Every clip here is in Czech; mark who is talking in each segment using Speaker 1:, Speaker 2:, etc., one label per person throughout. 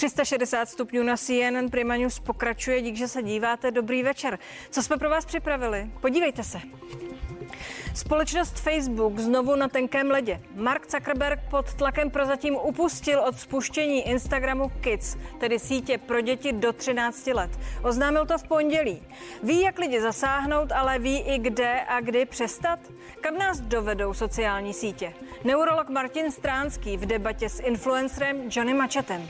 Speaker 1: 360 stupňů na CNN Prima News pokračuje, dík, že se díváte. Dobrý večer. Co jsme pro vás připravili? Podívejte se. Společnost Facebook znovu na tenkém ledě. Mark Zuckerberg pod tlakem prozatím upustil od spuštění Instagramu Kids, tedy sítě pro děti do 13 let. Oznámil to v pondělí. Ví, jak lidi zasáhnout, ale ví i kde a kdy přestat? Kam nás dovedou sociální sítě? Neurolog Martin Stránský v debatě s influencerem Johnny Machetem.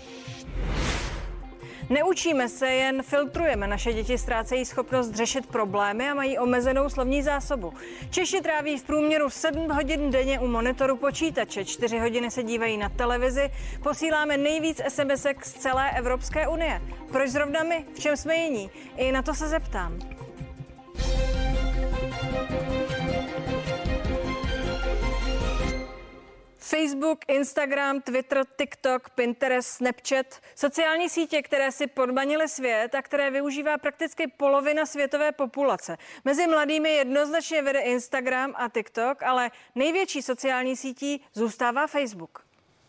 Speaker 1: Neučíme se, jen filtrujeme. Naše děti ztrácejí schopnost řešit problémy a mají omezenou slovní zásobu. Češi tráví v průměru 7 hodin denně u monitoru počítače, 4 hodiny se dívají na televizi, posíláme nejvíc SMSek z celé Evropské unie. Proč zrovna my? V čem jsme jiní? I na to se zeptám. Facebook, Instagram, Twitter, TikTok, Pinterest, Snapchat, sociální sítě, které si podmanily svět a které využívá prakticky polovina světové populace. Mezi mladými jednoznačně vede Instagram a TikTok, ale největší sociální sítí zůstává Facebook.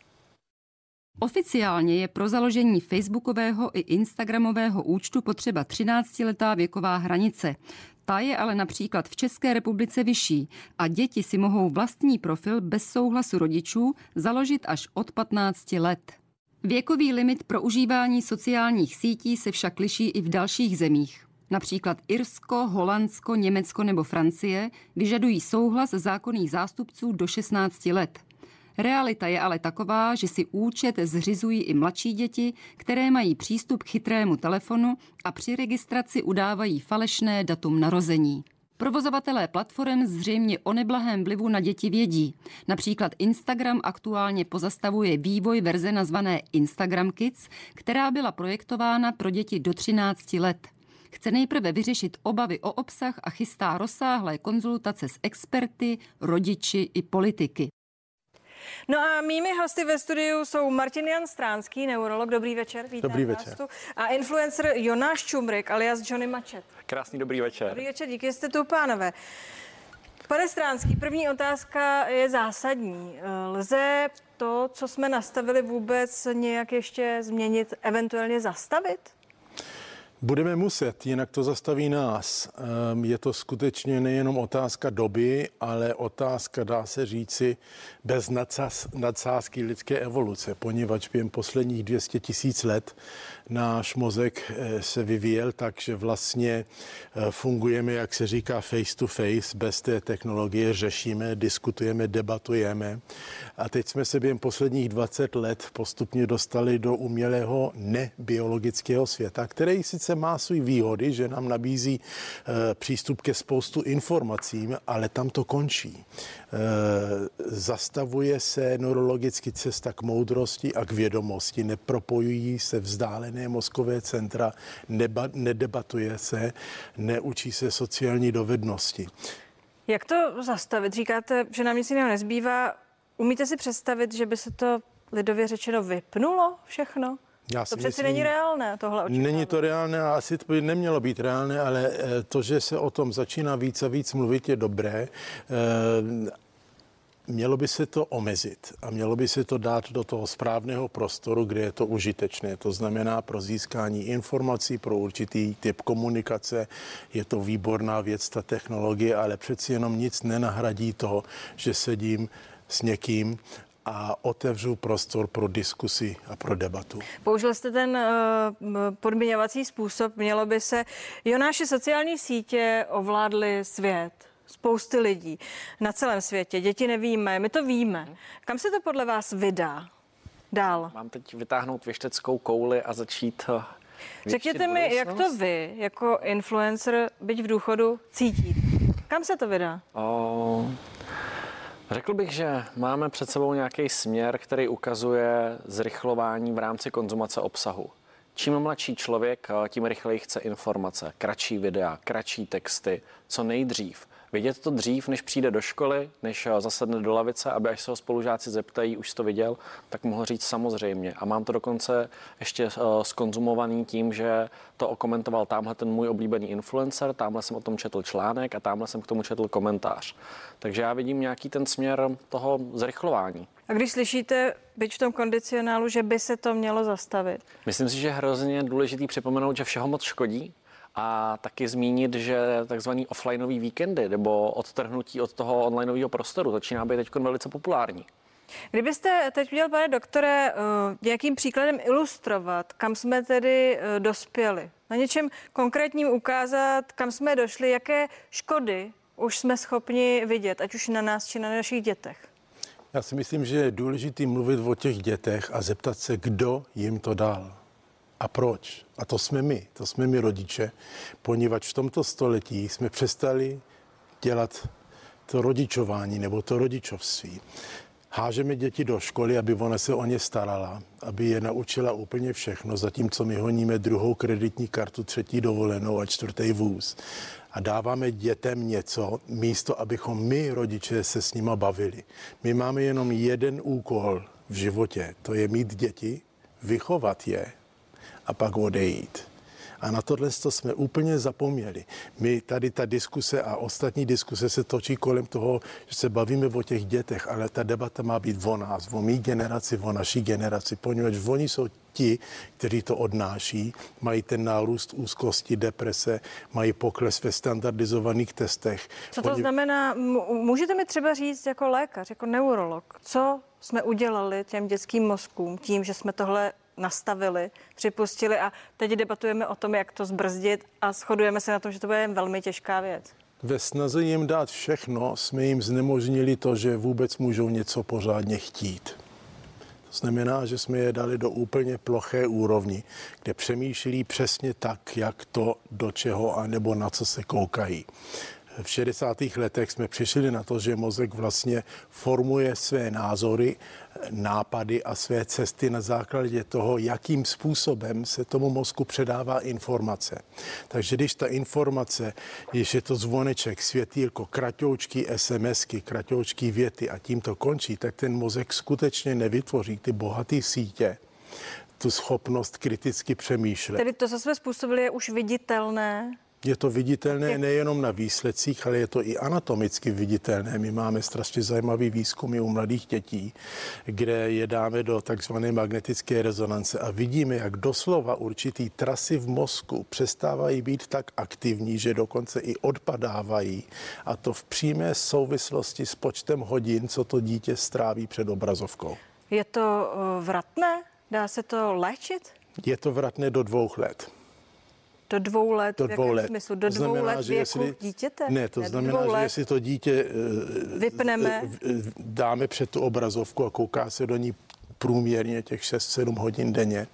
Speaker 2: Oficiálně je pro založení facebookového i instagramového účtu potřeba 13letá věková hranice. Ta je ale například v České republice vyšší a děti si mohou vlastní profil bez souhlasu rodičů založit až od 15 let. Věkový limit pro užívání sociálních sítí se však liší i v dalších zemích. Například Irsko, Holandsko, Německo nebo Francie vyžadují souhlas zákonných zástupců do 16 let. Realita je ale taková, že si účet zřizují i mladší děti, které mají přístup k chytrému telefonu a při registraci udávají falešné datum narození. Provozovatelé platform zřejmě o neblahém vlivu na děti vědí. Například Instagram aktuálně pozastavuje vývoj verze nazvané Instagram Kids, která byla projektována pro děti do 13 let. Chce nejprve vyřešit obavy o obsah a chystá rozsáhlé konzultace s experty, rodiči i politiky.
Speaker 1: No a mými hosty ve studiu jsou Martin Jan Stránský, neurolog, dobrý večer, vítám
Speaker 3: Dobrý
Speaker 1: vás
Speaker 3: večer.
Speaker 1: tu, a influencer Jonáš Čumrik alias Johnny Machet.
Speaker 4: Krásný dobrý večer.
Speaker 1: Dobrý večer, díky, že jste tu, pánové. Pane Stránský, první otázka je zásadní. Lze to, co jsme nastavili, vůbec nějak ještě změnit, eventuálně zastavit?
Speaker 3: Budeme muset, jinak to zastaví nás. Je to skutečně nejenom otázka doby, ale otázka, dá se říci, bez nadsázky lidské evoluce, poněvadž během posledních 200 000 let náš mozek se vyvíjel tak, že vlastně fungujeme, jak se říká, face to face, bez té technologie řešíme, diskutujeme, debatujeme. A teď jsme se během posledních 20 let postupně dostali do umělého nebiologického světa, který sice má své výhody, že nám nabízí přístup ke spoustu informacím, ale tam to končí. Zastavuje se neurologicky cesta k moudrosti a k vědomosti, nepropojují se vzdálené mozkové centra, nedebatuje se, neučí se sociální dovednosti.
Speaker 1: Jak to zastavit? Říkáte, že nám nic jiného nezbývá. Umíte si představit, že by se to lidově řečeno vypnulo všechno? To přeci není reálné, tohle očekávat.
Speaker 3: Není to reálné a asi to by nemělo být reálné, ale to, že se o tom začíná víc a víc mluvit, je dobré. Mělo by se to omezit a mělo by se to dát do toho správného prostoru, kde je to užitečné. To znamená pro získání informací, pro určitý typ komunikace. Je to výborná věc, ta technologie, ale přeci jenom nic nenahradí to, že sedím s někým a otevřu prostor pro diskusi a pro debatu.
Speaker 1: Použil jste ten podmiňovací způsob, mělo by se. Jonáši, sociální sítě ovládly svět. Spousty lidí na celém světě. Děti nevíme, my to víme. Kam se to podle vás vydá dál?
Speaker 4: Mám teď vytáhnout věšteckou kouli a začít
Speaker 1: Řekněte mi, jak to vy, jako influencer, byť v důchodu, cítíte? Kam se to vydá?
Speaker 4: Řekl bych, že máme před sebou nějaký směr, který ukazuje zrychlování v rámci konzumace obsahu. Čím mladší člověk, tím rychleji chce informace, kratší videa, kratší texty, co nejdřív. Vidět to dřív, než přijde do školy, než zasedne do lavice, aby až se ho spolužáci zeptají, už jsi to viděl, tak mohl říct samozřejmě. A mám to dokonce ještě skonzumovaný tím, že to okomentoval tamhle ten můj oblíbený influencer, tamhle jsem o tom četl článek a tamhle jsem k tomu četl komentář. Takže já vidím nějaký ten směr toho zrychlování.
Speaker 1: A když slyšíte, byť v tom kondicionálu, že by se to mělo zastavit?
Speaker 4: Myslím si, že je hrozně důležitý připomenout, že všeho moc škodí a taky zmínit, že takzvaný offlineový víkendy nebo odtrhnutí od toho onlineového prostoru začíná být teď velice populární.
Speaker 1: Kdybyste teď udělal, pane doktore, nějakým příkladem ilustrovat, kam jsme tedy dospěli, na něčem konkrétním ukázat, kam jsme došli, jaké škody už jsme schopni vidět, ať už na nás, či na našich dětech?
Speaker 3: Já si myslím, že je důležité mluvit o těch dětech a zeptat se, kdo jim to dal a proč. A to jsme my rodiče, poněvadž v tomto století jsme přestali dělat to rodičování nebo to rodičovství. Hážeme děti do školy, aby ona se o ně starala, aby je naučila úplně všechno, zatímco my honíme druhou kreditní kartu, třetí dovolenou a čtvrtý vůz. A dáváme dětem něco, místo abychom my, rodiče, se s nima bavili. My máme jenom jeden úkol v životě, to je mít děti, vychovat je a pak odejít. A na tohle jsme úplně zapomněli. My tady ta diskuse a ostatní diskuse se točí kolem toho, že se bavíme o těch dětech, ale ta debata má být o nás, o mý generaci, o naší generaci, poněvadž oni jsou ti, kteří to odnáší, mají ten nárůst úzkosti, deprese, mají pokles ve standardizovaných testech.
Speaker 1: Co to znamená? Můžete mi třeba říct jako lékař, jako neurolog, co jsme udělali těm dětským mozkům tím, že jsme tohle nastavili, připustili a teď debatujeme o tom, jak to zbrzdit a shodujeme se na tom, že to bude velmi těžká věc.
Speaker 3: Ve snaze jim dát všechno, jsme jim znemožnili to, že vůbec můžou něco pořádně chtít. To znamená, že jsme je dali do úplně ploché úrovni, kde přemýšlí přesně tak, jak to, do čeho a nebo na co se koukají. V 60. letech jsme přišli na to, že mozek vlastně formuje své názory, nápady a své cesty na základě toho, jakým způsobem se tomu mozku předává informace. Takže když ta informace, když je to zvoneček, světýlko, kratoučký SMSky, kratoučký věty a tím to končí, tak ten mozek skutečně nevytvoří ty bohaté sítě, tu schopnost kriticky přemýšlet.
Speaker 1: Tedy to, co jsme způsobili, je už viditelné?
Speaker 3: Je to viditelné nejenom na výsledcích, ale je to i anatomicky viditelné. My máme strašně zajímavý výzkumy u mladých dětí, kde je dáme do takzvané magnetické rezonance a vidíme, jak doslova určitý trasy v mozku přestávají být tak aktivní, že dokonce i odpadávají, a to v přímé souvislosti s počtem hodin, co to dítě stráví před obrazovkou.
Speaker 1: Je to vratné? Dá se to léčit?
Speaker 3: Je to vratné do 2 let.
Speaker 1: Do 2 let?
Speaker 3: Do 2 let.
Speaker 1: Smyslu? Do 2 let věku dítěte?
Speaker 3: Ne, to znamená, že jestli to dítě
Speaker 1: vypneme,
Speaker 3: dáme před tu obrazovku a kouká se do ní průměrně těch 6-7 hodin denně,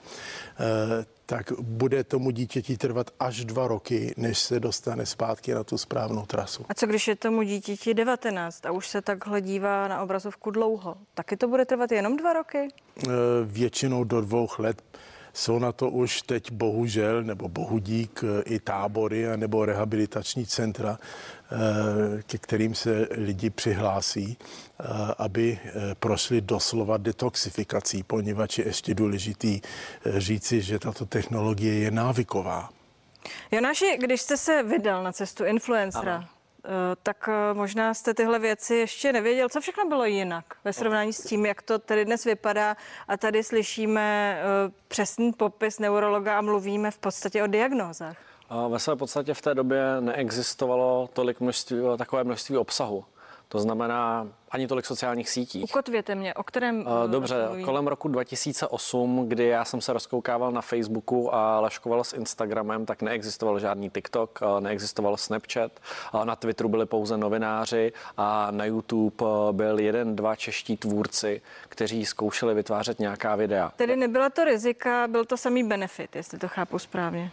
Speaker 3: tak bude tomu dítěti trvat až 2 roky, než se dostane zpátky na tu správnou trasu.
Speaker 1: A co když je tomu dítěti 19 a už se takhle dívá na obrazovku dlouho? Taky to bude trvat jenom 2 roky?
Speaker 3: Většinou do 2 let. Jsou na to už teď bohužel, nebo bohudík, i tábory nebo rehabilitační centra, ke kterým se lidi přihlásí, aby prošli doslova detoxifikací, poněvadž je ještě důležitý říci, že tato technologie je návyková.
Speaker 1: Jonáši, když jste se vydal na cestu influencera, tak možná jste tyhle věci ještě nevěděl. Co všechno bylo jinak ve srovnání s tím, jak to tedy dnes vypadá? A tady slyšíme přesný popis neurologa a mluvíme v podstatě o diagnózách.
Speaker 4: Ve své podstatě v té době neexistovalo takové množství obsahu. To znamená ani tolik sociálních sítí.
Speaker 1: Ukotvěte mě, o kterém...
Speaker 4: Dobře, kolem roku 2008, kdy já jsem se rozkoukával na Facebooku a laškoval s Instagramem, tak neexistoval žádný TikTok, neexistoval Snapchat, na Twitteru byli pouze novináři a na YouTube byl 1-2 čeští tvůrci, kteří zkoušeli vytvářet nějaká videa.
Speaker 1: Tedy nebyla to rizika, byl to samý benefit, jestli to chápu správně.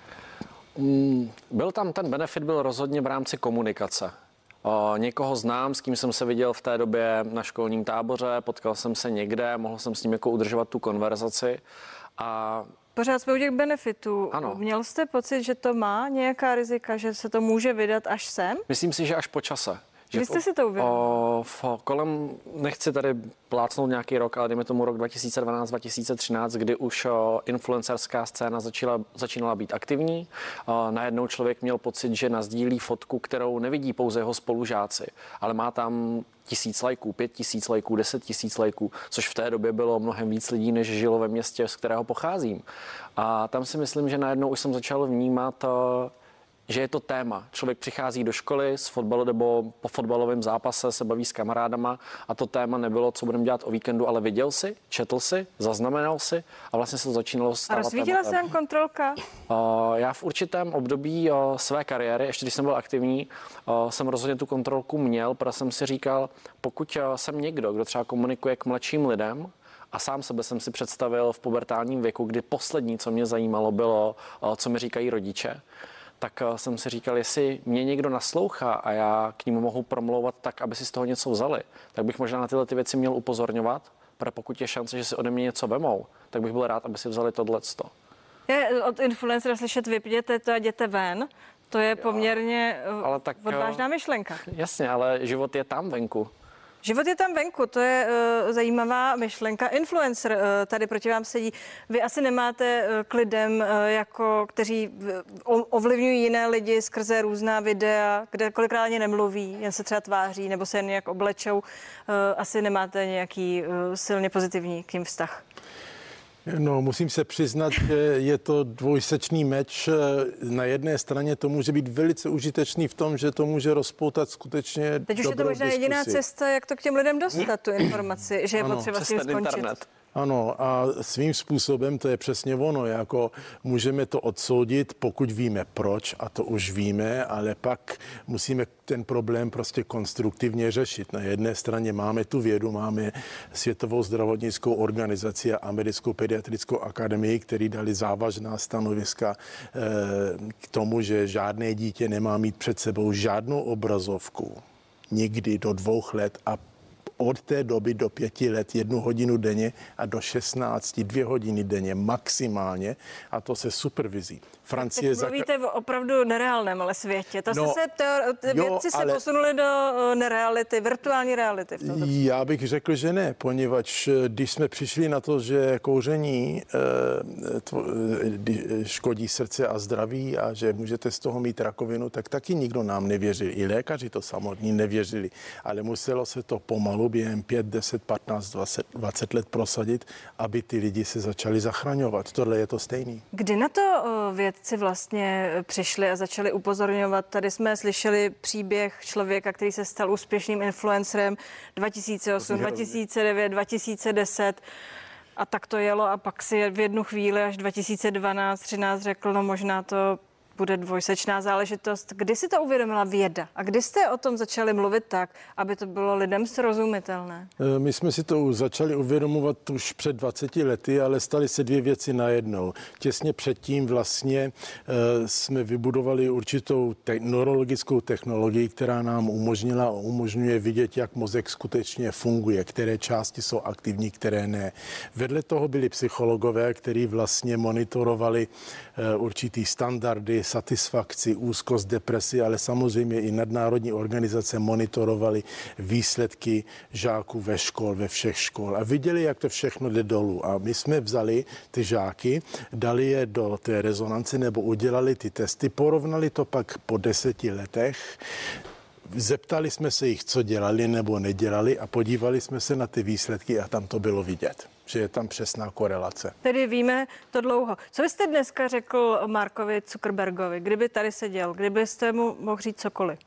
Speaker 4: Byl tam ten benefit, byl rozhodně v rámci komunikace. Někoho znám, s kým jsem se viděl v té době na školním táboře, potkal jsem se někde, mohl jsem s ním jako udržovat tu konverzaci a...
Speaker 1: Pořád jsme u těch benefitů.
Speaker 4: Ano.
Speaker 1: Měl jste pocit, že to má nějaká rizika, že se to může vydat až sem?
Speaker 4: Myslím si, že až po čase.
Speaker 1: Kdy jste si to uvědomil?
Speaker 4: Kolem, nechci tady plácnout nějaký rok, ale dejme tomu rok 2012-2013, kdy už influencerská scéna začínala být aktivní. Najednou člověk měl pocit, že nazdílí fotku, kterou nevidí pouze jeho spolužáci, ale má tam 1000 lajků, 5000 lajků, 10 000 lajků, což v té době bylo mnohem víc lidí, než žilo ve městě, z kterého pocházím. A tam si myslím, že najednou už jsem začal vnímat, že je to téma. Člověk přichází do školy z fotbalu nebo po fotbalovém zápase se baví s kamarádama a to téma nebylo, co budeme dělat o víkendu, ale viděl si, četl si, zaznamenal si a vlastně se to začínalo stávat.
Speaker 1: A rozsvítila se jen kontrolka?
Speaker 4: Já v určitém období své kariéry, ještě když jsem byl aktivní, jsem rozhodně tu kontrolku měl, protože jsem si říkal, pokud jsem někdo, kdo třeba komunikuje k mladším lidem, a sám sebe jsem si představil v pubertálním věku, kdy poslední, co mě zajímalo, bylo, co mi říkají rodiče, tak jsem si říkal, jestli mě někdo naslouchá a já k ním mohu promlouvat tak, aby si z toho něco vzali, tak bych možná na tyhle ty věci měl upozorňovat, protože pokud je šance, že si ode mě něco vemou, tak bych byl rád, aby si vzali tohleto.
Speaker 1: Je od influencera slyšet vypněte to a jděte ven, to je poměrně odvážná myšlenka.
Speaker 4: Jasně, ale život je tam venku.
Speaker 1: Život je tam venku, to je zajímavá myšlenka. Influencer tady proti vám sedí. Vy asi nemáte k lidem, kteří ovlivňují jiné lidi skrze různá videa, kde kolikrát ani nemluví, jen se třeba tváří nebo se jen nějak oblečou. Asi nemáte nějaký silně pozitivní k ním vztah.
Speaker 3: No, musím se přiznat, že je to dvojsečný meč. Na jedné straně to může být velice užitečný v tom, že to může rozpoutat skutečně
Speaker 1: teď už je to možná jediná cesta, jak to k těm lidem dostat, tu informaci, že je potřeba s tím skončit.
Speaker 4: Internet.
Speaker 3: Ano, a svým způsobem to je přesně ono, jako můžeme to odsoudit, pokud víme proč, a to už víme, ale pak musíme ten problém prostě konstruktivně řešit. Na jedné straně máme tu vědu, máme Světovou zdravotnickou organizaci a Americkou pediatrickou akademii, který dali závažná stanoviska k tomu, že žádné dítě nemá mít před sebou žádnou obrazovku nikdy do 2 let a od té doby do 5 let 1 hodinu denně a do 16 2 hodiny denně maximálně, a to se supervizí.
Speaker 1: Francie mluvíte o opravdu nereálném ale světě. Vědci se posunuli do nereality, virtuální reality.
Speaker 3: Já bych řekl, že ne, poněvadž když jsme přišli na to, že kouření škodí srdce a zdraví a že můžete z toho mít rakovinu, tak taky nikdo nám nevěřil. I lékaři to samotní nevěřili, ale muselo se to pomalu během 5, 10, 15, 20 let prosadit, aby ty lidi se začali zachraňovat. Tohle je to stejný.
Speaker 1: Kdy na to vědci vlastně přišli a začali upozorňovat? Tady jsme slyšeli příběh člověka, který se stal úspěšným influencerem 2008, 2009, 2010 a tak to jelo a pak si v jednu chvíli až 2012-13 řekl, no možná to bude dvojsečná záležitost. Kdy si to uvědomila věda a kdy jste o tom začali mluvit tak, aby to bylo lidem srozumitelné?
Speaker 3: My jsme si to začali uvědomovat už před 20 lety, ale staly se 2 věci najednou. Těsně předtím vlastně jsme vybudovali určitou neurologickou technologii, která nám umožnila a umožňuje vidět, jak mozek skutečně funguje, které části jsou aktivní, které ne. Vedle toho byli psychologové, kteří vlastně monitorovali určitý standardy, satisfakci, úzkost, depresi, ale samozřejmě i nadnárodní organizace monitorovaly výsledky žáků ve všech škol a viděli, jak to všechno jde dolů. A my jsme vzali ty žáky, dali je do té rezonance nebo udělali ty testy, porovnali to pak po 10 letech, zeptali jsme se jich, co dělali nebo nedělali a podívali jsme se na ty výsledky a tam to bylo vidět, že je tam přesná korelace.
Speaker 1: Tedy víme to dlouho. Co byste dneska řekl Markovi Zuckerbergovi, kdyby tady seděl, kdybyste mu mohl říct cokoliv?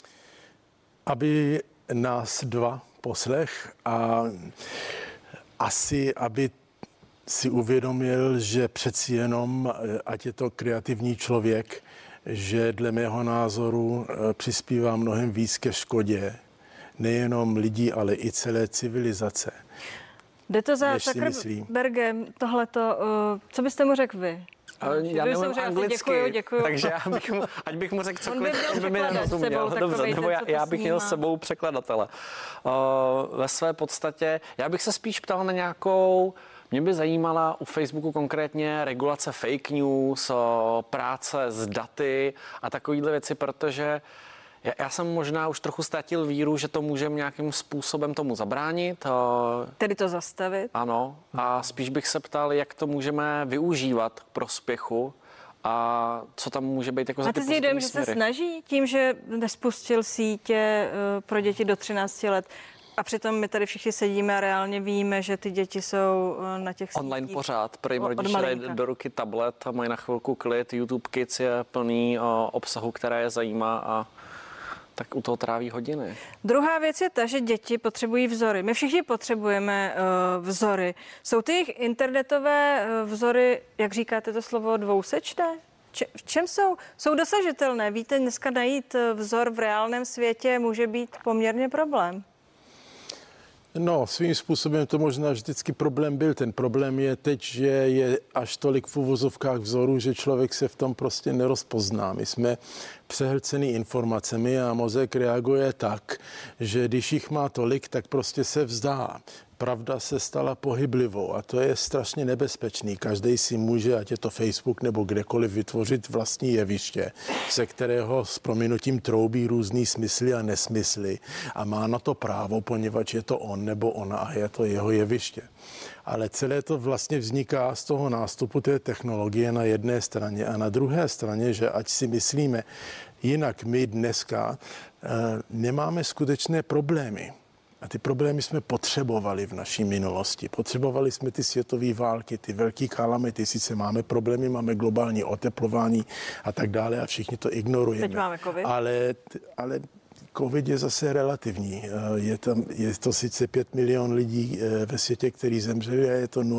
Speaker 3: Aby nás 2 poslech a asi, aby si uvědomil, že přeci jenom, ať je to kreativní člověk, že dle mého názoru přispívá mnohem víc ke škodě nejenom lidí, ale i celé civilizace.
Speaker 1: Jde to za Zuckerbergem tohleto, co byste mu řekl vy?
Speaker 4: Já nemluvím anglicky,
Speaker 1: děkuju.
Speaker 4: Takže ať bych mu řekl cokoliv, on by mi nerozuměl. Dobře, nebo já bych měl s sebou překladatele. Ve své podstatě, já bych se spíš ptal na nějakou, mě by zajímala u Facebooku konkrétně regulace fake news, práce s daty a takovýhle věci, protože Já jsem možná už trochu ztratil víru, že to můžeme nějakým způsobem tomu zabránit.
Speaker 1: Tedy to zastavit?
Speaker 4: Ano. A spíš bych se ptal, jak to můžeme využívat k prospěchu a co tam může být jako za ty pozitivní
Speaker 1: dojem, že se snaží tím, že nespustil sítě pro děti do 13 let. A přitom my tady všichni sedíme a reálně víme, že ty děti jsou na těch sítích.
Speaker 4: Online pořád, pro jim rodiče dají do ruky tablet a mají na chvilku klid. YouTube Kids je plný obsahu, které je zajímá a tak u toho tráví hodiny.
Speaker 1: Druhá věc je ta, že děti potřebují vzory. My všichni potřebujeme vzory. Jsou ty jejich internetové vzory, jak říkáte to slovo, dvousečné? V čem jsou? Jsou dosažitelné. Víte, dneska najít vzor v reálném světě může být poměrně problém.
Speaker 3: No, svým způsobem to možná vždycky problém byl. Ten problém je teď, že je až tolik v uvozovkách vzorů, že člověk se v tom prostě nerozpozná. My jsme přehlcený informacemi a mozek reaguje tak, že když jich má tolik, tak prostě se vzdá. Pravda se stala pohyblivou a to je strašně nebezpečný. Každý si může, ať je to Facebook nebo kdekoliv, vytvořit vlastní jeviště, ze kterého s prominutím troubí různý smysly a nesmysly a má na to právo, poněvadž je to on nebo ona a je to jeho jeviště. Ale celé to vlastně vzniká z toho nástupu té technologie na jedné straně a na druhé straně, že ať si myslíme, jinak my dneska nemáme skutečné problémy. A ty problémy jsme potřebovali v naší minulosti. Potřebovali jsme ty světové války, ty velké kalamity. Sice máme problémy, máme globální oteplování a tak dále a všichni to ignorujeme.
Speaker 1: Teď máme covid.
Speaker 3: Ale covid je zase relativní. Je to sice 5 milion lidí ve světě, kteří zemřeli a je to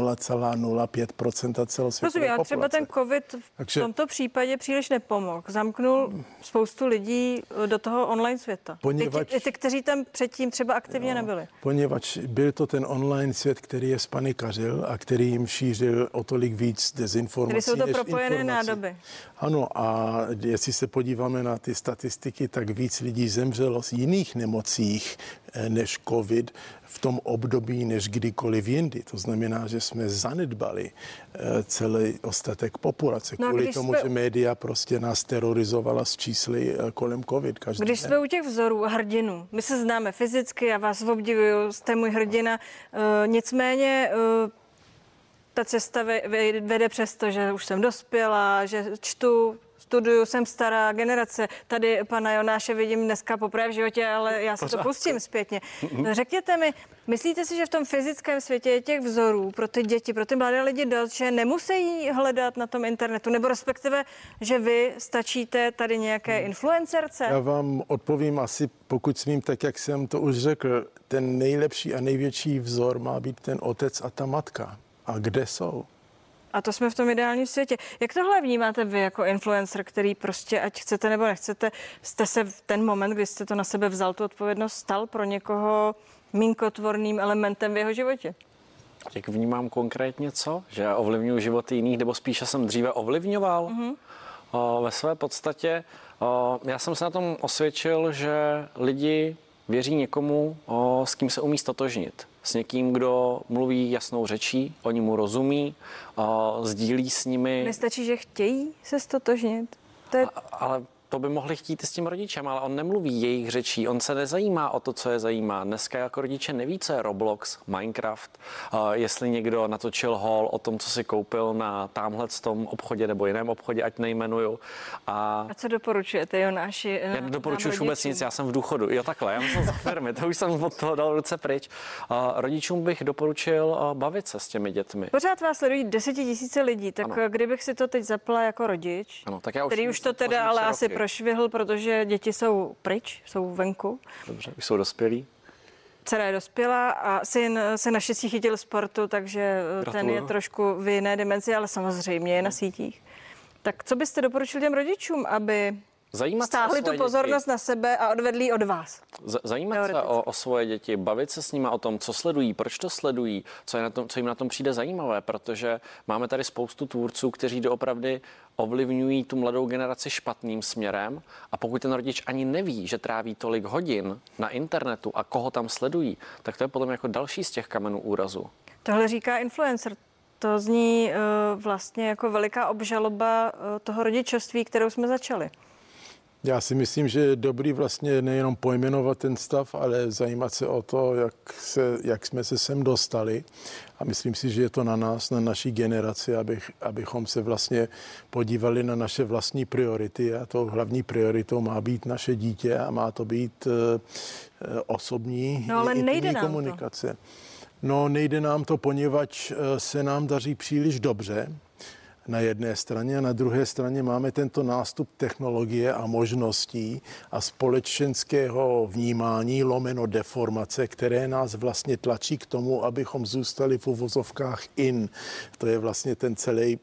Speaker 3: 0,05% celosvětové populace.
Speaker 1: Třeba ten covid v tomto případě příliš nepomohl. Zamknul spoustu lidí do toho online světa. Ty, kteří tam předtím třeba aktivně nebyli.
Speaker 3: Poněvadž byl to ten online svět, který je spanikařil a který jim šířil o tolik víc dezinformací.
Speaker 1: Tedy jsou to propojené nádoby.
Speaker 3: Ano, a jestli se podíváme na ty statistiky, tak víc lidí zemřelo z jiných nemocích než covid v tom období než kdykoliv jindy. To znamená, že jsme zanedbali celý ostatek populace kvůli tomu, že média prostě nás terorizovala s čísly kolem covid.
Speaker 1: Když jsme u těch vzorů a hrdinů, my se známe fyzicky, já vás obdivuju, jste můj hrdina, nicméně ta cesta vede přesto, že už jsem dospělá, že studuju, jsem stará generace. Tady pana Jonáše vidím dneska poprvé v životě, ale já se to pustím zpětně. Řekněte mi, myslíte si, že v tom fyzickém světě je těch vzorů pro ty děti, pro ty mladé lidi dost, že nemusí hledat na tom internetu, nebo respektive, že vy stačíte tady nějaké influencerce?
Speaker 3: Já vám odpovím asi, pokud smím, tak jak jsem to už řekl, ten nejlepší a největší vzor má být ten otec a ta matka. A kde jsou?
Speaker 1: A to jsme v tom ideálním světě. Jak tohle vnímáte vy jako influencer, který prostě, ať chcete nebo nechcete, jste se v ten moment, kdy jste to na sebe vzal, tu odpovědnost, stal pro někoho mínkotvorným elementem v jeho životě?
Speaker 4: Jak vnímám konkrétně co? Že ovlivňuji životy jiných, nebo spíše jsem dříve ovlivňoval? Ve své podstatě já jsem se na tom osvědčil, že lidi věří někomu, s kým se umí stotožnit. S někým, kdo mluví jasnou řečí, oni mu rozumí, sdílí s nimi.
Speaker 1: Nestačí, že chtějí se stotožnit?
Speaker 4: Ale to by mohli chtít i s tím rodičem, ale on nemluví jejich řečí, on se nezajímá o to, co je zajímá. Dneska jako rodiče neví, co je Roblox, Minecraft, jestli někdo natočil haul o tom, co si koupil na tamhletom obchodě nebo jiném obchodě, ať nejmenuju. A
Speaker 1: co doporučujete, Jonáši?
Speaker 4: Já nedoporučuji vůbec nic, já jsem v důchodu. Jo, takhle, já jsem za firmy, to už jsem od toho dal ruce pryč. Rodičům bych doporučil bavit se s těmi dětmi.
Speaker 1: Pořád vás sledují 10 000 lidí, tak ano. Kdybych si to teď zapla jako rodič,
Speaker 4: ano, tak já
Speaker 1: který už to teda ale asi prošvihl, protože děti jsou pryč, jsou venku.
Speaker 4: Dobře, už jsou dospělí.
Speaker 1: Dcera je dospělá a syn se naštěstí chytil sportu, takže ten je trošku v jiné dimenzi, ale samozřejmě je na sítích. Tak co byste doporučili těm rodičům, aby stáhli tu pozornost na sebe a odvedli ji od vás?
Speaker 4: Zajímat se o svoje děti, bavit se s nimi o tom, co sledují, proč to sledují, co jim na tom přijde zajímavé, protože máme tady spoustu tvůrců, kteří doopravdy ovlivňují tu mladou generaci špatným směrem a pokud ten rodič ani neví, že tráví tolik hodin na internetu a koho tam sledují, tak to je potom jako další z těch kamenů úrazu.
Speaker 1: Tohle říká influencer. To zní vlastně jako veliká obžaloba toho rodičovství, kterou jsme začali.
Speaker 3: Já si myslím, že je dobrý vlastně nejenom pojmenovat ten stav, ale zajímat se o to, jak jsme se sem dostali. A myslím si, že je to na nás, na naší generaci, abychom se vlastně podívali na naše vlastní priority. A tou hlavní prioritou má být naše dítě a má to být osobní intimní komunikace. No, nejde nám to, poněvadž se nám daří příliš dobře na jedné straně a na druhé straně máme tento nástup technologie a možností a společenského vnímání lomeno deformace, které nás vlastně tlačí k tomu, abychom zůstali v uvozovkách in. To je vlastně ten celý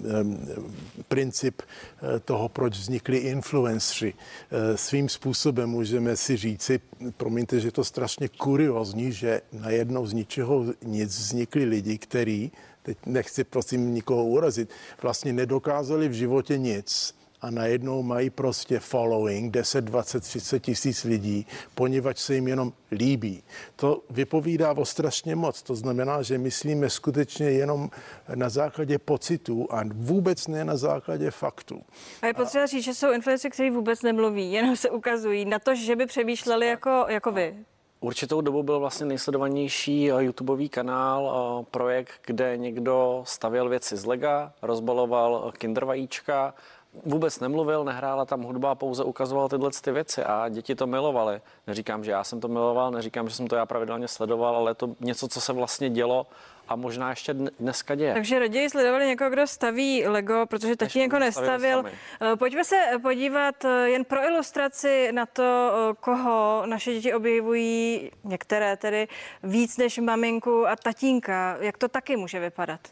Speaker 3: princip toho, proč vznikli influenceri. Svým způsobem můžeme si říci, promiňte, že je to strašně kuriózní, že najednou z ničeho nic vznikli lidi, kteří, teď nechci prosím nikoho urazit, vlastně nedokázali v životě nic a najednou mají prostě following 10, 20, 30 tisíc lidí, poněvadž se jim jenom líbí. To vypovídá o strašně moc. To znamená, že myslíme skutečně jenom na základě pocitů a vůbec ne na základě faktů.
Speaker 1: A je potřeba říct, že jsou influenceři, kteří vůbec nemluví, jenom se ukazují na to, že by přemýšleli jako vy.
Speaker 4: Určitou dobu byl vlastně nejsledovanější YouTubeový kanál, projekt, kde někdo stavěl věci z lega, rozbaloval kinder vajíčka, vůbec nemluvil, nehrála tam hudba, pouze ukazoval tyhle ty věci a děti to milovaly. Neříkám, že já jsem to miloval, neříkám, že jsem to já pravidelně sledoval, ale je to něco, co se vlastně dělo a možná ještě dneska děje.
Speaker 1: Takže raději sledovali někoho, kdo staví Lego, protože tatínek ho nestavil. Pojďme se podívat jen pro ilustraci na to, koho naše děti objevují, některé tedy, víc než maminku a tatínka. Jak to taky může vypadat?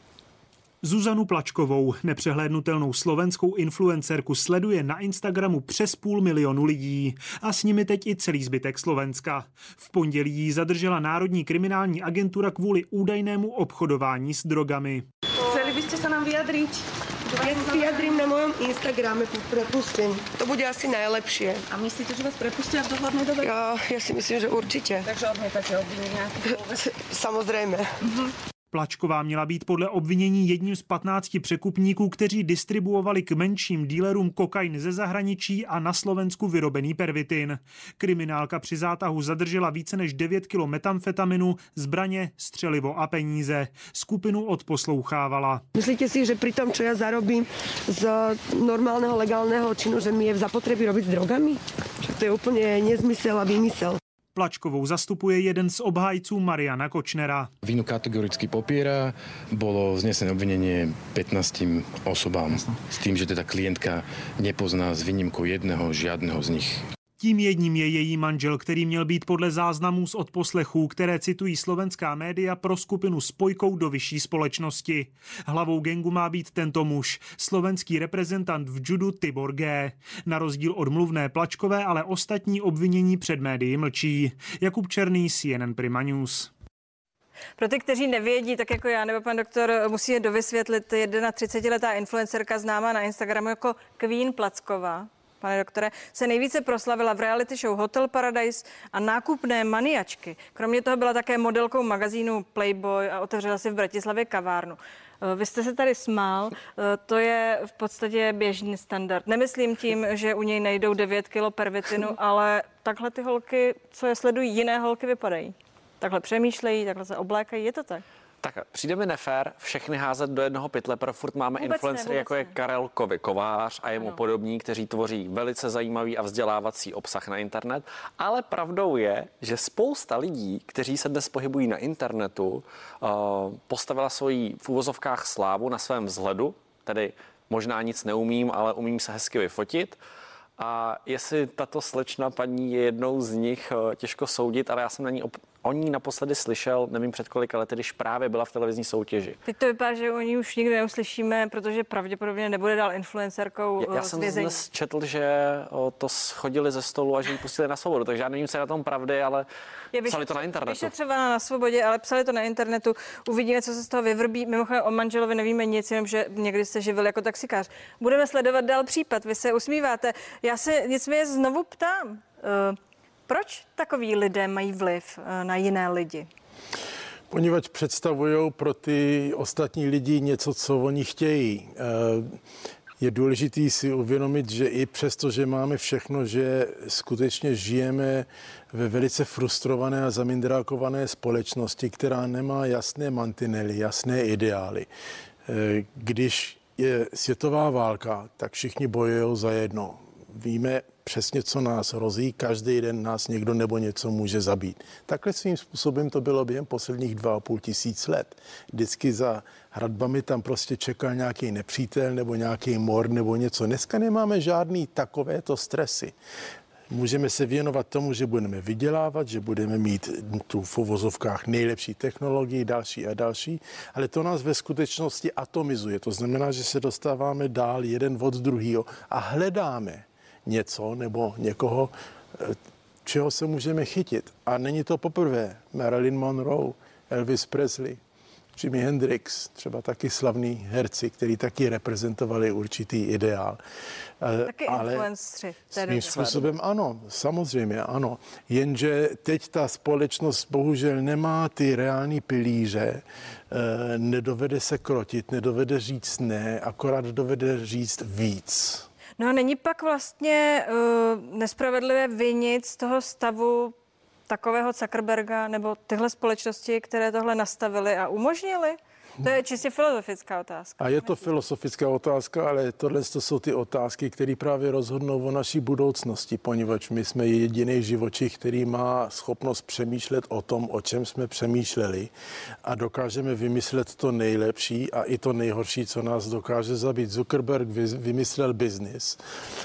Speaker 5: Zuzanu Plačkovou, nepřehlédnutelnou slovenskou influencerku, sleduje na Instagramu přes 500 000 lidí a s nimi teď i celý zbytek Slovenska. V pondělí jí zadržela Národní kriminální agentura kvůli údajnému obchodování s drogami.
Speaker 6: Chceli byste se nám vyjadřit? Ja vyjadrím na mojom Instagrame prepustení. To bude asi najlepšie.
Speaker 7: A myslíte, že vás prepustia v dohľadnej dobe?
Speaker 6: Ja si myslím, že určite.
Speaker 7: Takže odmietate obvinenia?
Speaker 6: Samozrejme.
Speaker 5: Plačková měla být podle obvinění jedním z 15 překupníků, kteří distribuovali k menším dílerům kokain ze zahraničí a na Slovensku vyrobený pervitin. Kriminálka při zátahu zadržela více než 9 kg metamfetaminu, zbraně, střelivo a peníze. Skupinu odposlouchávala.
Speaker 6: Myslíte si, že pri tom, čo ja zarobím z normálneho legálneho činu, že mi je v zapotrebí robiť s drogami? To je úplne nezmysel a výmysel.
Speaker 5: Plačkovou zastupuje jeden z obhájců Mariana Kočnera.
Speaker 8: Vinu kategoricky popiera, bolo vznesené obvinenie 15 osobám s tým, že teda klientka nepozná s výnimkou jedného žiadneho z nich.
Speaker 5: Tím jedním je její manžel, který měl být podle záznamů z odposlechů, které citují slovenská média, pro skupinu spojkou do vyšší společnosti. Hlavou gangu má být tento muž, slovenský reprezentant v judu Tibor G. Na rozdíl od mluvné Plačkové, ale ostatní obvinění před médii mlčí. Jakub Černý, CNN Prima News.
Speaker 1: Pro ty, kteří nevědí, tak jako já nebo pan doktor, musí dovysvětlit 31letá influencerka známá na Instagramu jako Queen Placková. Pane doktore, se nejvíce proslavila v reality show Hotel Paradise a nákupné maniačky. Kromě toho byla také modelkou magazínu Playboy a otevřela si v Bratislavě kavárnu. Vy jste se tady smál, to je v podstatě běžný standard. Nemyslím tím, že u něj nejdou 9 kilo pervitinu, ale takhle ty holky, co je sledují, jiné holky vypadají. Takhle přemýšlejí, takhle se oblékají, je to tak?
Speaker 4: Tak přijde mi nefér všechny házet do jednoho pytle, pro furt máme influencery, jako je Karel Kovář a jemu podobní, kteří tvoří velice zajímavý a vzdělávací obsah na internet, ale pravdou je, že spousta lidí, kteří se dnes pohybují na internetu, postavila svoji v úvozovkách slávu na svém vzhledu, tedy možná nic neumím, ale umím se hezky vyfotit. A jestli tato slečna paní je jednou z nich, těžko soudit, ale já jsem o ní naposledy slyšel, nevím před kolika lety, když právě byla v televizní soutěži.
Speaker 1: Teď to vypadá, že o ní už nikdy neuslyšíme, protože pravděpodobně nebude dál influencerkou.
Speaker 4: Já jsem dnes četl, že to schodili ze stolu a že ji pustili na svobodu, takže já nevím, co je na tom pravdy, ale psali to na internetu.
Speaker 1: Vyšetřovaná na svobodě, ale psali to na internetu. Uvidíme, co se z toho vyvrbí. Mimochodem o manželovi nevíme nic, jenom že někdy se živil jako taxikář. Budeme sledovat dál případ, vy se usmíváte. Já se nicméně znovu ptám, proč takoví lidé mají vliv na jiné lidi?
Speaker 3: Poněvadž představují pro ty ostatní lidi něco, co oni chtějí. Je důležité si uvědomit, že i přesto, že máme všechno, že skutečně žijeme ve velice frustrované a zamindrákované společnosti, která nemá jasné mantinely, jasné ideály. Když je světová válka, tak všichni bojují za jedno. Víme přesně, co nás hrozí, každý den nás někdo nebo něco může zabít. Takhle svým způsobem to bylo během posledních 2,5 tisíc let. Vždycky za hradbami tam prostě čekal nějaký nepřítel nebo nějaký mor nebo něco. Dneska nemáme žádný takovéto stresy. Můžeme se věnovat tomu, že budeme vydělávat, že budeme mít tu v uvozovkách nejlepší technologii, další a další, ale to nás ve skutečnosti atomizuje. To znamená, že se dostáváme dál jeden od druhého a hledáme něco nebo někoho, čeho se můžeme chytit. A není to poprvé. Marilyn Monroe, Elvis Presley, Jimi Hendrix, třeba taky slavní herci, kteří taky reprezentovali určitý ideál.
Speaker 1: Taky influenceri.
Speaker 3: Svým způsobem ano, samozřejmě ano. Jenže teď ta společnost bohužel nemá ty reální pilíře, nedovede se krotit, nedovede říct ne, akorát dovede říct víc.
Speaker 1: No a není pak vlastně nespravedlivé vinit z toho stavu takového Zuckerberga nebo tyhle společnosti, které tohle nastavily a umožnili? To je čistě filozofická otázka.
Speaker 3: A je to filozofická otázka, ale tohle jsou ty otázky, které právě rozhodnou o naší budoucnosti, poněvadž my jsme jediný živočich, který má schopnost přemýšlet o tom, o čem jsme přemýšleli a dokážeme vymyslet to nejlepší a i to nejhorší, co nás dokáže zabít. Zuckerberg vymyslel biznis.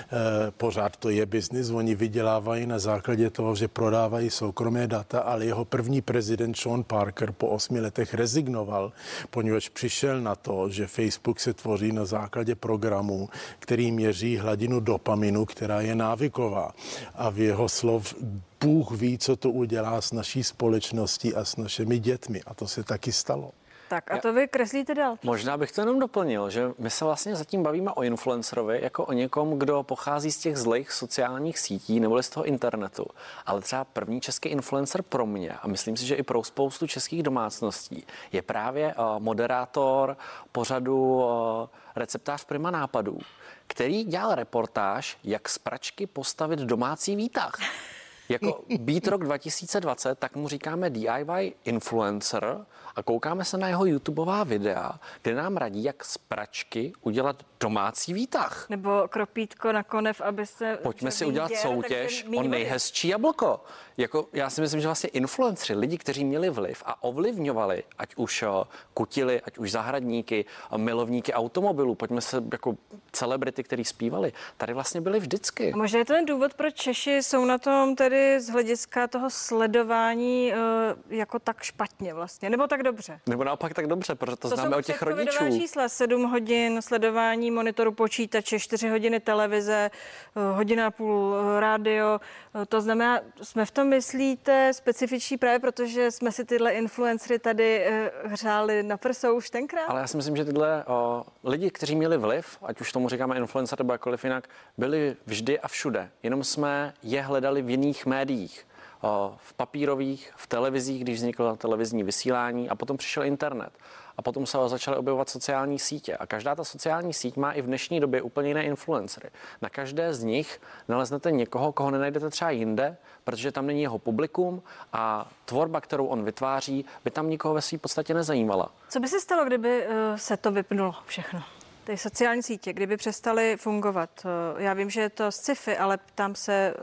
Speaker 3: Pořád to je biznis, oni vydělávají na základě toho, že prodávají soukromé data, ale jeho první prezident Sean Parker po 8 letech rezignoval, poněvadž přišel na to, že Facebook se tvoří na základě programů, který měří hladinu dopaminu, která je návyková. A v jeho slov Bůh ví, co to udělá s naší společností a s našimi dětmi. A to se taky stalo.
Speaker 1: Tak a to vy kreslíte dál.
Speaker 4: Možná bych to jenom doplnil, že my se vlastně zatím bavíme o influencerovi jako o někom, kdo pochází z těch zlých sociálních sítí nebo z toho internetu. Ale třeba první český influencer pro mě, a myslím si, že i pro spoustu českých domácností, je právě moderátor pořadu Receptář Prima nápadů, který dělal reportáž, jak z pračky postavit domácí výtah. Jako Beat rok 2020, tak mu říkáme DIY influencer a koukáme se na jeho YouTubeová videa, kde nám radí, jak z pračky udělat domácí výtah.
Speaker 1: Nebo kropítko na konev, aby se...
Speaker 4: Pojďme si udělat soutěž o nejhezčí jablko. Jako, já si myslím, že vlastně influenceri, lidi, kteří měli vliv a ovlivňovali, ať už kutili, ať už zahradníky, milovníky automobilů, pojďme se jako celebrity, který zpívali, tady vlastně byli vždycky.
Speaker 1: A možná je to ten důvod, proč Češi jsou na tom tedy z hlediska toho sledování jako tak špatně vlastně, nebo tak dobře.
Speaker 4: Nebo naopak tak dobře, protože to známe od těch rodičů.
Speaker 1: Čísla, 7 hodin sledování monitoru počítače, 4 hodiny televize, 1,5 hodiny rádio. To znamená, jsme v tom, myslíte, specifiční právě protože jsme si tyhle influencery tady hřáli na prsou už tenkrát? Ale
Speaker 4: já si myslím, že tyhle lidi, kteří měli vliv, ať už tomu říkáme influencer nebo jakkoliv jinak, byli vždy a všude. Jenom jsme je hledali v jiných médiích. V papírových, v televizích, když vzniklo televizní vysílání a potom přišel internet. A potom se začaly objevovat sociální sítě. A každá ta sociální síť má i v dnešní době úplně jiné influencery. Na každé z nich naleznete někoho, koho nenajdete třeba jinde, protože tam není jeho publikum a tvorba, kterou on vytváří, by tam nikoho ve své podstatě nezajímala.
Speaker 1: Co by se stalo, kdyby se to vypnulo všechno? Ty sociální sítě, kdyby přestaly fungovat? Já vím, že je to sci-fi, ale ptám se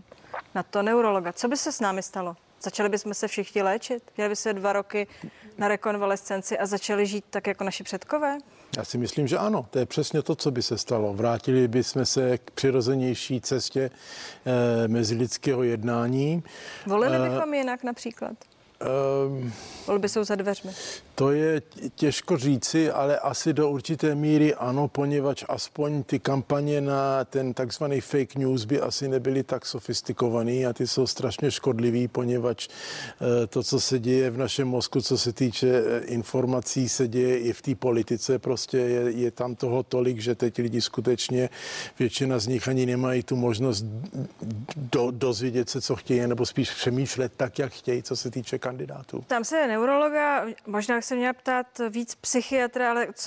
Speaker 1: na to neurologa. Co by se s námi stalo? Začali bychom se všichni léčit? Měli by se 2 roky na rekonvalescenci a začali žít tak jako naši předkové?
Speaker 3: Já si myslím, že ano. To je přesně to, co by se stalo. Vrátili bychom se k přirozenější cestě mezilidského jednání.
Speaker 1: Volili bychom jinak například? Volby jsou za dveřmi.
Speaker 3: To je těžko říci, ale asi do určité míry ano, poněvadž aspoň ty kampaně na ten takzvaný fake news by asi nebyly tak sofistikovaný a ty jsou strašně škodlivý, poněvadž to, co se děje v našem mozku, co se týče informací, se děje i v té politice. Prostě je tam toho tolik, že teď lidi skutečně, většina z nich ani nemají tu možnost dozvědět se, co chtějí, nebo spíš přemýšlet tak, jak chtějí, co se týče kandidátů.
Speaker 1: Tam se neurologa, možná se měla ptát víc psychiatra, ale co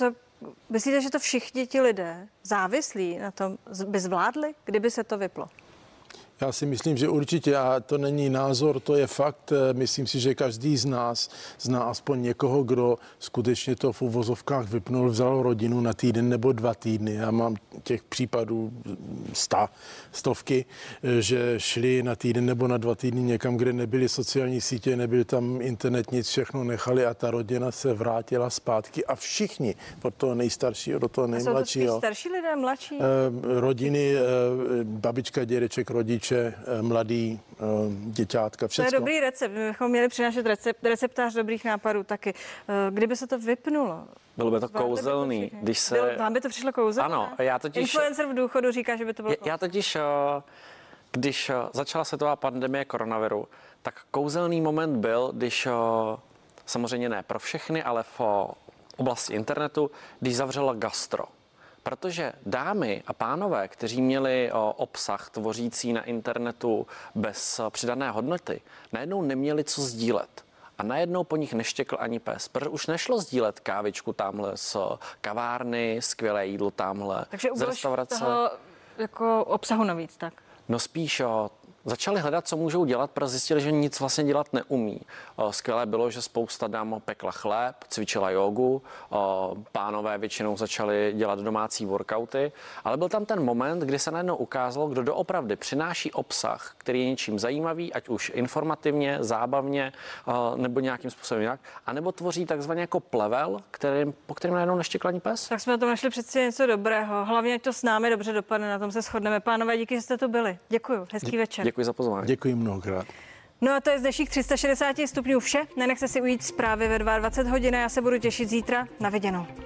Speaker 1: myslíte, že to všichni ti lidé závislí na tom by zvládli, kdyby se to vyplo?
Speaker 3: Já si myslím, že určitě, a to není názor, to je fakt. Myslím si, že každý z nás zná aspoň někoho, kdo skutečně to v uvozovkách vypnul, vzal rodinu na týden nebo 2 týdny. Já mám těch případů stovky, že šli na týden nebo na 2 týdny někam, kde nebyly sociální sítě, nebyl tam internet, nic, všechno nechali a ta rodina se vrátila zpátky a všichni, od toho nejstaršího do toho nejmladšího.
Speaker 1: Jsou to starší lidé, mladší?
Speaker 3: Rodiny, babička, dědeček, rodiče, mladý, děťátka, všechno.
Speaker 1: To je dobrý recept. My bychom měli přinášet receptář dobrých nápadů taky. Kdyby se to vypnulo?
Speaker 4: Bylo by to kouzelný.
Speaker 1: Vám by to přišlo kouzelné?
Speaker 4: Ano, já totiž...
Speaker 1: Influencer v důchodu říká, že by to bylo
Speaker 4: Já totiž, když začala světová pandemie koronaviru, tak kouzelný moment byl, když samozřejmě ne pro všechny, ale v oblasti internetu, když zavřela gastro. Protože dámy a pánové, kteří měli obsah tvořící na internetu bez přidané hodnoty, najednou neměli co sdílet. A najednou po nich neštěkl ani pes, protože už nešlo sdílet kávičku tamhle z kavárny, skvělé jídlo tamhle,
Speaker 1: takže
Speaker 4: z restaurace.
Speaker 1: Toho jako obsahu navíc, tak?
Speaker 4: No spíš začali hledat, co můžou dělat, protože zjistili, že nic vlastně dělat neumí. Skvělé bylo, že spousta dám pekla chléb, cvičila jógu, pánové většinou začali dělat domácí workouty, ale byl tam ten moment, kdy se najednou ukázalo, kdo doopravdy přináší obsah, který je něčím zajímavý, ať už informativně, zábavně, nebo nějakým způsobem jinak, anebo tvoří takzvaně jako plevel, po kterém najednou neštěkl ani pes.
Speaker 1: Tak jsme na tom našli přeci něco dobrého. Hlavně, ať to s námi dobře dopadne, na tom se shodneme. Pánové, díky, že jste tu byli. Děkuju. Hezký večer.
Speaker 4: Děkuji za pozvání.
Speaker 3: Děkuji mnohokrát.
Speaker 1: No a to je z dnešních 360 stupňů vše. Nenechte si ujít zprávy ve 22 hodin. Já se budu těšit zítra. Na viděnou.